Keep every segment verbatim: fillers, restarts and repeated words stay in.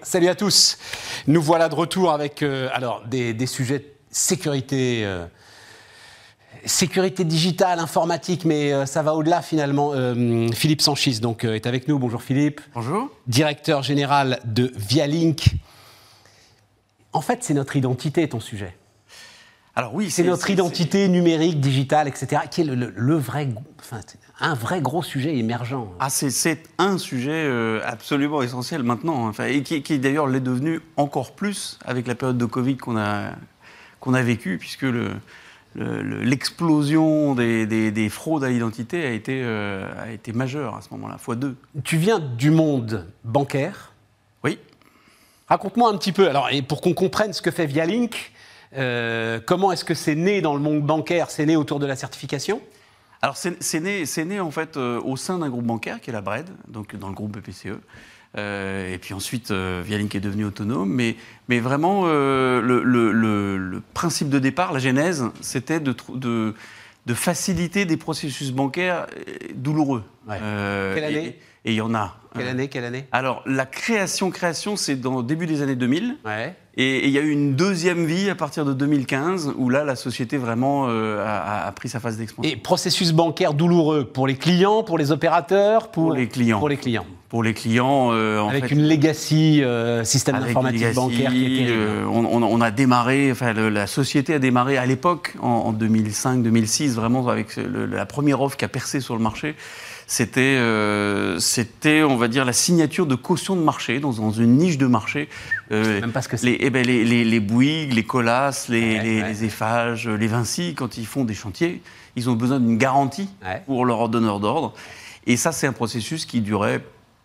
Salut à tous. Nous voilà de retour avec euh, alors, des, des sujets de sécurité, euh, sécurité digitale, informatique, mais euh, ça va au-delà finalement. Euh, Philippe Sanchis donc, euh, est avec nous. Bonjour Philippe. Bonjour. Directeur général de Vialink. En fait, c'est notre identité, ton sujet. Alors oui, c'est, c'est notre c'est, identité c'est... numérique, digitale, et cetera, qui est le, le, le vrai, enfin, un vrai gros sujet émergent. Ah, c'est, c'est un sujet euh, absolument essentiel maintenant, enfin, et qui, qui d'ailleurs l'est devenu encore plus avec la période de Covid qu'on a, qu'on a vécue, puisque le, le, le, l'explosion des, des, des fraudes à l'identité a été, euh, a été majeure à ce moment-là, fois deux. Tu viens du monde bancaire. Oui. Raconte-moi un petit peu, alors, et pour qu'on comprenne ce que fait Vialink. Euh, comment est-ce que c'est né dans le monde bancaire? C'est né autour de la certification? Alors c'est, c'est, né, c'est né en fait euh, au sein d'un groupe bancaire qui est la B R E D, donc dans le groupe B P C E. Euh, et puis ensuite, euh, Vialink est devenu autonome. Mais, mais vraiment, euh, le, le, le, le principe de départ, la genèse, c'était de, de, de faciliter des processus bancaires douloureux. Ouais. Euh, Quelle année? Et il y en a. Quelle année, quelle année? Alors, la création, création, c'est dans le début des années deux mille. Ouais. Et il y a eu une deuxième vie à partir de deux mille quinze, où là, la société vraiment euh, a, a pris sa phase d'expansion. Et processus bancaire douloureux pour les clients, pour les opérateurs, pour, pour les clients. Pour les clients. Pour les clients, euh, en avec fait, une legacy euh, système avec d'informatique legacy, bancaire qui est terrible. Euh, on, on, on a démarré, enfin, le, la société a démarré à l'époque, en, en deux mille cinq deux mille six, vraiment avec le, la première offre qui a percé sur le marché. C'était, euh, c'était, on va dire, la signature de caution de marché, dans, dans une niche de marché. Euh, Je sais même pas ce que c'est. Les, eh ben, les, les, les Bouygues, les Colas, les, ouais, les, ouais. les Eiffage, les Vinci, quand ils font des chantiers, ils ont besoin d'une garantie ouais. pour leur donneur d'ordre. Et ça, c'est un processus qui durait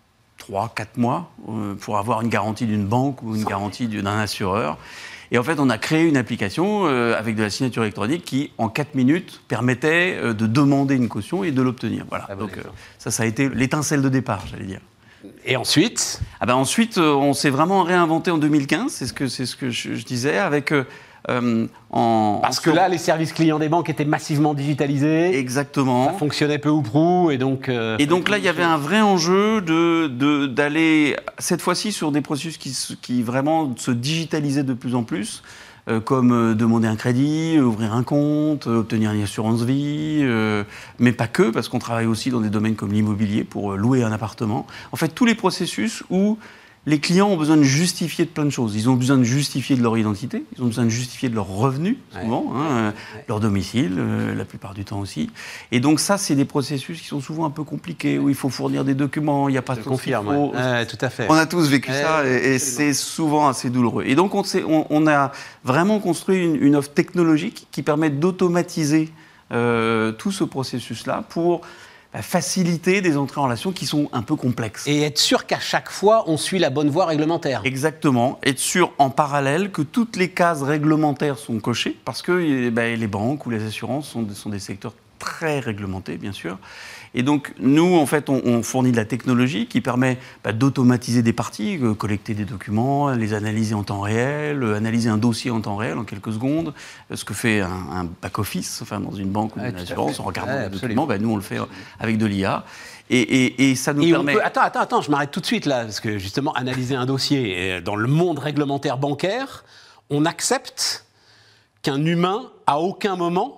trois quatre mois euh, pour avoir une garantie d'une banque ou une garantie d'un assureur. Et en fait, on a créé une application euh, avec de la signature électronique qui, en quatre minutes, permettait euh, de demander une caution et de l'obtenir. Voilà. Ah bon, donc euh, ça, ça a été l'étincelle de départ, j'allais dire. Et ensuite ah ben Ensuite, euh, on s'est vraiment réinventé en deux mille quinze, c'est ce que, c'est ce que je, je disais, avec... Euh, Euh, en, Parce en que là, les services clients des banques étaient massivement digitalisés. Exactement. Ça fonctionnait peu ou prou, et donc... Euh, et donc là, il y avait un vrai enjeu de, de, d'aller, cette fois-ci, sur des processus qui, qui vraiment se digitalisaient de plus en plus, euh, comme euh, demander un crédit, euh, ouvrir un compte, euh, obtenir une assurance vie, euh, mais pas que, parce qu'on travaille aussi dans des domaines comme l'immobilier pour euh, louer un appartement. En fait, tous les processus où les clients ont besoin de justifier de plein de choses. Ils ont besoin de justifier de leur identité, ils ont besoin de justifier de leurs revenus, souvent, ouais, hein, ouais. leur domicile, euh, la plupart du temps aussi. Et donc ça, c'est des processus qui sont souvent un peu compliqués, où il faut fournir des documents, il n'y a pas de confirme. Ouais. Ouais, tout à fait. On a tous vécu ouais, ça, et, et c'est souvent assez douloureux. Et donc on, on, on a vraiment construit une, une offre technologique qui permet d'automatiser euh, tout ce processus-là pour faciliter des entrées en relation qui sont un peu complexes. Et être sûr qu'à chaque fois, on suit la bonne voie réglementaire. Exactement. Être sûr, en parallèle, que toutes les cases réglementaires sont cochées, parce que ben, les banques ou les assurances sont, sont des secteurs très réglementés, bien sûr. Et donc, nous, en fait, on, on fournit de la technologie qui permet bah, d'automatiser des parties, euh, collecter des documents, les analyser en temps réel, euh, analyser un dossier en temps réel, en quelques secondes, euh, ce que fait un, un back-office, enfin, dans une banque ou ouais, une assurance, en regardant ouais, les absolument. documents, bah, nous, on le fait avec de l'I A. Et, et, et ça nous et permet... Peut... Attends, attends, attends, je m'arrête tout de suite, là, parce que, justement, analyser un dossier, dans le monde réglementaire bancaire, on accepte qu'un humain, à aucun moment,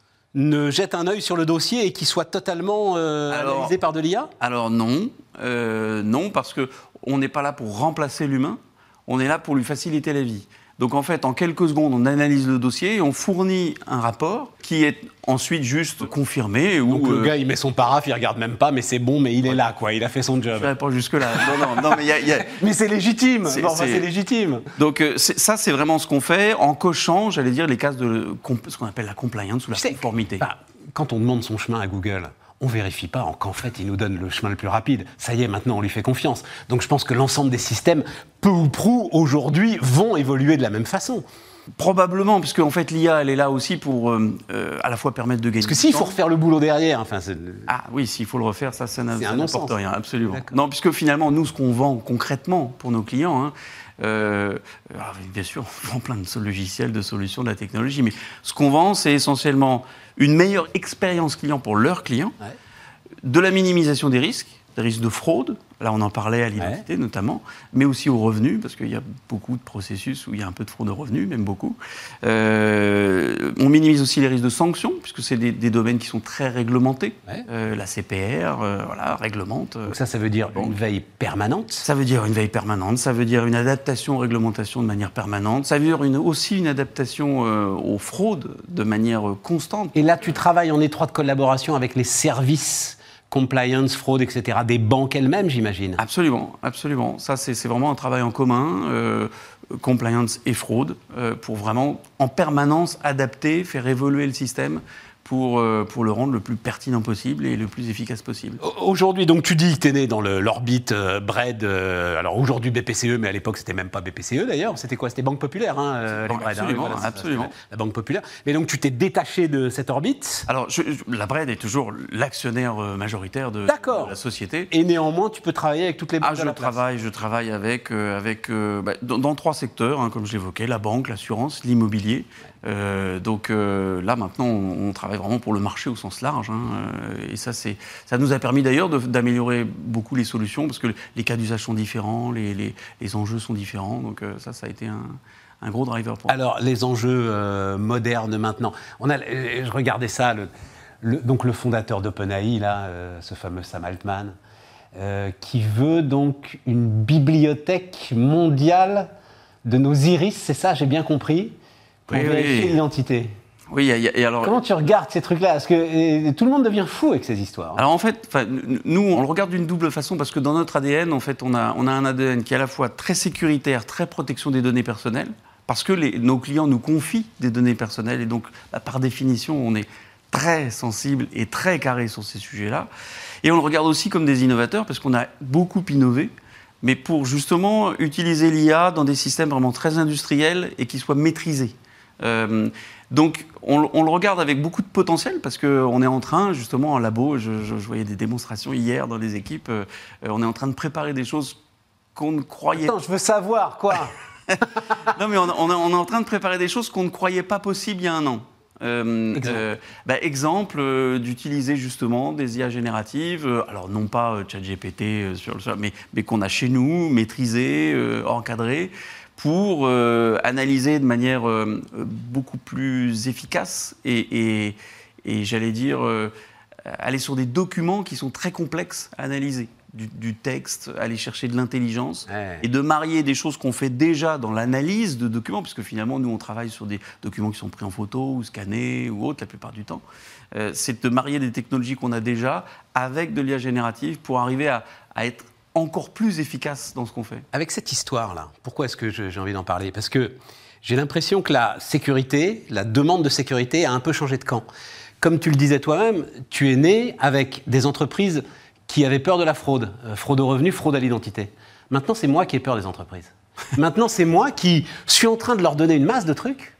ne jette un œil sur le dossier et qu'il soit totalement euh, alors, analysé par de l'I A ? Alors non, euh, non, parce qu'on n'est pas là pour remplacer l'humain, on est là pour lui faciliter la vie. Donc en fait, en quelques secondes, on analyse le dossier et on fournit un rapport qui est ensuite juste confirmé. Donc où, le euh, gars, il met son paraphe, il regarde même pas, mais c'est bon, mais il est là, quoi. Il a fait son job. Je ne vais pas jusque-là. Non, non, non, mais il y a... Y a... mais c'est légitime. C'est, bon, c'est... c'est... légitime. Donc euh, c'est, ça, c'est vraiment ce qu'on fait en cochant, j'allais dire, les cases de ce qu'on appelle la compliance ou la tu conformité. Sais, bah, quand on demande son chemin à Google, on ne vérifie pas qu'en fait, il nous donne le chemin le plus rapide. Ça y est, maintenant, on lui fait confiance. Donc je pense que l'ensemble des systèmes, peu ou prou, aujourd'hui, vont évoluer de la même façon. Probablement, puisque en fait l'I A, elle est là aussi pour euh, à la fois permettre de gagner. Parce que s'il faut refaire le boulot derrière, enfin, c'est... ah oui, s'il faut le refaire, ça, ça, n'a, ça n'apporte rien, absolument. D'accord. Non, puisque finalement, nous, ce qu'on vend concrètement pour nos clients, hein, euh, alors, bien sûr, on vend plein de logiciels, de solutions, de la technologie, mais ce qu'on vend, c'est essentiellement une meilleure expérience client pour leurs clients, ouais. de la minimisation des risques, des risques de fraude, Là, on en parlait à l'identité ouais. notamment, mais aussi aux revenus, parce qu'il y a beaucoup de processus où il y a un peu de fraude aux revenus, même beaucoup. Euh, on minimise aussi les risques de sanctions, puisque c'est des, des domaines qui sont très réglementés. Ouais. Euh, la C P R, euh, voilà, réglemente. Donc ça, ça veut dire bon. une veille permanente. Ça veut dire une veille permanente, ça veut dire une adaptation aux réglementations de manière permanente, ça veut dire une, aussi une adaptation euh, aux fraudes de manière euh, constante. Et là, tu travailles en étroite collaboration avec les services compliance, fraude, et cetera, des banques elles-mêmes, j'imagine. Absolument, absolument. Ça, c'est, c'est vraiment un travail en commun, euh, compliance et fraude, euh, pour vraiment, en permanence, adapter, faire évoluer le système pour, euh, pour le rendre le plus pertinent possible et le plus efficace possible. Aujourd'hui, donc tu dis que tu es né dans le, l'orbite euh, B R E D, euh, alors aujourd'hui B P C E, mais à l'époque c'était même pas B P C E d'ailleurs, c'était quoi? C'était Banque Populaire, hein, euh, bon, les B R E D. Absolument, hein, voilà, absolument. La Banque Populaire. Mais donc tu t'es détaché de cette orbite? Alors, je, je, la B R E D est toujours l'actionnaire majoritaire de, de la société. Et néanmoins, tu peux travailler avec toutes les banques ah, de je la travaille, place. Je travaille avec, euh, avec, euh, bah, dans, dans trois secteurs, hein, comme je l'évoquais, la banque, l'assurance, l'immobilier. Euh, donc euh, là, maintenant, on, on travaille vraiment pour le marché au sens large. Hein, euh, et ça, c'est, ça nous a permis d'ailleurs de, d'améliorer beaucoup les solutions, parce que les cas d'usage sont différents, les, les, les enjeux sont différents. Donc euh, ça, ça a été un, un gros driver pour nous. Alors, les enjeux euh, modernes maintenant. On a, je regardais ça, le, le, donc le fondateur d'OpenAI, là, euh, ce fameux Sam Altman, euh, qui veut donc une bibliothèque mondiale de nos iris, c'est ça, j'ai bien compris, pour oui, vérifier oui. l'identité. Oui, et alors... Comment tu regardes ces trucs-là? Parce que et, tout le monde devient fou avec ces histoires. Hein. Alors en fait, nous, on le regarde d'une double façon, parce que dans notre A D N, en fait, on a, on a un A D N qui est à la fois très sécuritaire, très protection des données personnelles, parce que les, nos clients nous confient des données personnelles, et donc, bah, par définition, on est très sensible et très carré sur ces sujets-là. Et on le regarde aussi comme des innovateurs, parce qu'on a beaucoup innové, mais pour justement utiliser l'I A dans des systèmes vraiment très industriels et qui soient maîtrisés. Euh, donc, on, on le regarde avec beaucoup de potentiel, parce qu'on est en train, justement, en labo, je, je, je voyais des démonstrations hier dans les équipes, euh, on est en train de préparer des choses qu'on ne croyait pas. Attends, je veux savoir, quoi. Non, mais on, on, on est en train de préparer des choses qu'on ne croyait pas possibles il y a un an. Euh, exemple, euh, bah, exemple euh, d'utiliser justement des I A génératives, euh, alors non pas euh, ChatGPT, euh, sur le, mais, mais qu'on a chez nous, maîtrisé, euh, encadré, pour euh, analyser de manière euh, beaucoup plus efficace et, et, et j'allais dire, euh, aller sur des documents qui sont très complexes à analyser. Du, du texte, aller chercher de l'intelligence ouais. et de marier des choses qu'on fait déjà dans l'analyse de documents, parce que finalement, nous, on travaille sur des documents qui sont pris en photo ou scannés ou autres la plupart du temps. Euh, c'est de marier des technologies qu'on a déjà avec de l'I A générative pour arriver à, à être encore plus efficace dans ce qu'on fait. Avec cette histoire-là, pourquoi est-ce que je, j'ai envie d'en parler? Parce que j'ai l'impression que la sécurité, la demande de sécurité a un peu changé de camp. Comme tu le disais toi-même, tu es né avec des entreprises qui avaient peur de la fraude, euh, fraude aux revenus, fraude à l'identité. Maintenant, c'est moi qui ai peur des entreprises. Maintenant, c'est moi qui suis en train de leur donner une masse de trucs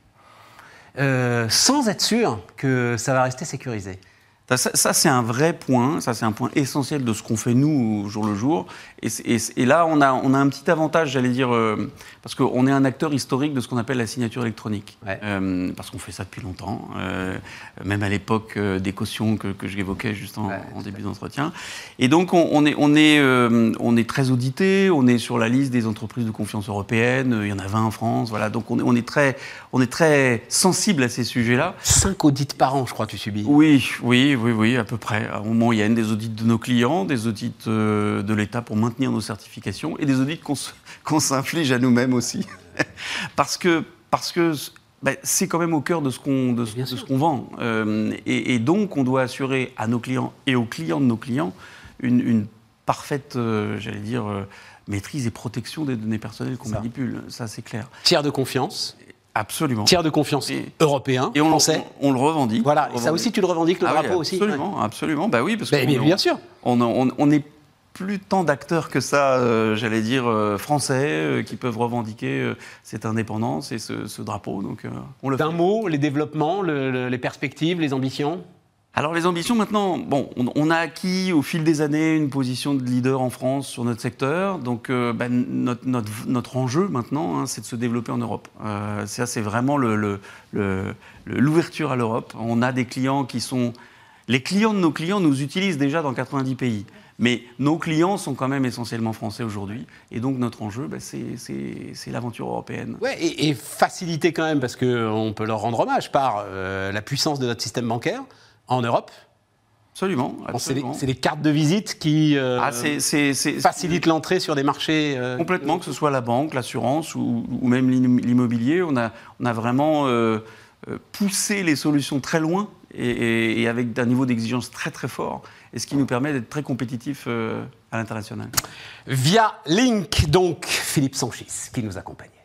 euh, sans être sûr que ça va rester sécurisé. Ça, ça, ça, c'est un vrai point, ça c'est un point essentiel de ce qu'on fait nous au jour le jour. Et, et, et là, on a, on a un petit avantage, j'allais dire, euh, parce qu'on est un acteur historique de ce qu'on appelle la signature électronique. Ouais. Euh, parce qu'on fait ça depuis longtemps, euh, même à l'époque euh, des cautions que, que j'évoquais juste en, ouais, en début d'entretien. Et donc, on, on, est, on, est, euh, on est très audité, on est sur la liste des entreprises de confiance européennes, il y en a vingt en France, voilà. Donc, on est, on est, très, on est très sensible à ces sujets-là. Cinq audits par an, je crois, tu subis. Oui, oui, oui, oui, à peu près. À un moment, il y a des audits de nos clients, des audits euh, de l'État pour maintenir nos certifications et des audits qu'on, qu'on s'inflige à nous-mêmes aussi. parce que, parce que ben, c'est quand même au cœur de ce qu'on, de, de ce qu'on vend. Euh, et, et donc, on doit assurer à nos clients et aux clients de nos clients une, une parfaite, euh, j'allais dire, euh, maîtrise et protection des données personnelles qu'on ça. manipule. Ça, c'est clair. Tiers de confiance. Absolument. Tiers de confiance et, européen, et on, français. On, on le revendique. Voilà, le et revendique. Ça aussi, tu le revendiques, le ah drapeau oui, aussi. Absolument, ouais. absolument. Bah oui, parce bah, que bien, bien sûr. On, on, on est plus tant d'acteurs que ça, euh, j'allais dire, euh, français, euh, qui peuvent revendiquer euh, cette indépendance et ce, ce drapeau. Donc, euh, on le D'un fait. mot, les développements, le, le, les perspectives, les ambitions. Alors les ambitions maintenant, bon, on, on a acquis au fil des années une position de leader en France sur notre secteur. Donc euh, bah, notre, notre, notre enjeu maintenant, hein, c'est de se développer en Europe. Euh, ça, c'est vraiment le, le, le, l'ouverture à l'Europe. On a des clients qui sont... Les clients de nos clients nous utilisent déjà dans quatre-vingt-dix pays. Mais nos clients sont quand même essentiellement français aujourd'hui. Et donc, notre enjeu, bah, c'est l'aventure européenne. Ouais, et, et faciliter quand même, parce qu'on peut leur rendre hommage par euh, la puissance de notre système bancaire en Europe. Absolument. absolument. C'est les, les cartes de visite qui euh, ah, c'est, c'est, c'est, facilitent l'entrée sur des marchés. Euh, complètement, que ce soit la banque, l'assurance ou, ou même l'immobilier. On a, on a vraiment euh, poussé les solutions très loin et, et, et avec un niveau d'exigence très très fort. Et ce qui nous permet d'être très compétitifs euh, à l'international. Via Link, donc, Philippe Sanchis qui nous accompagne.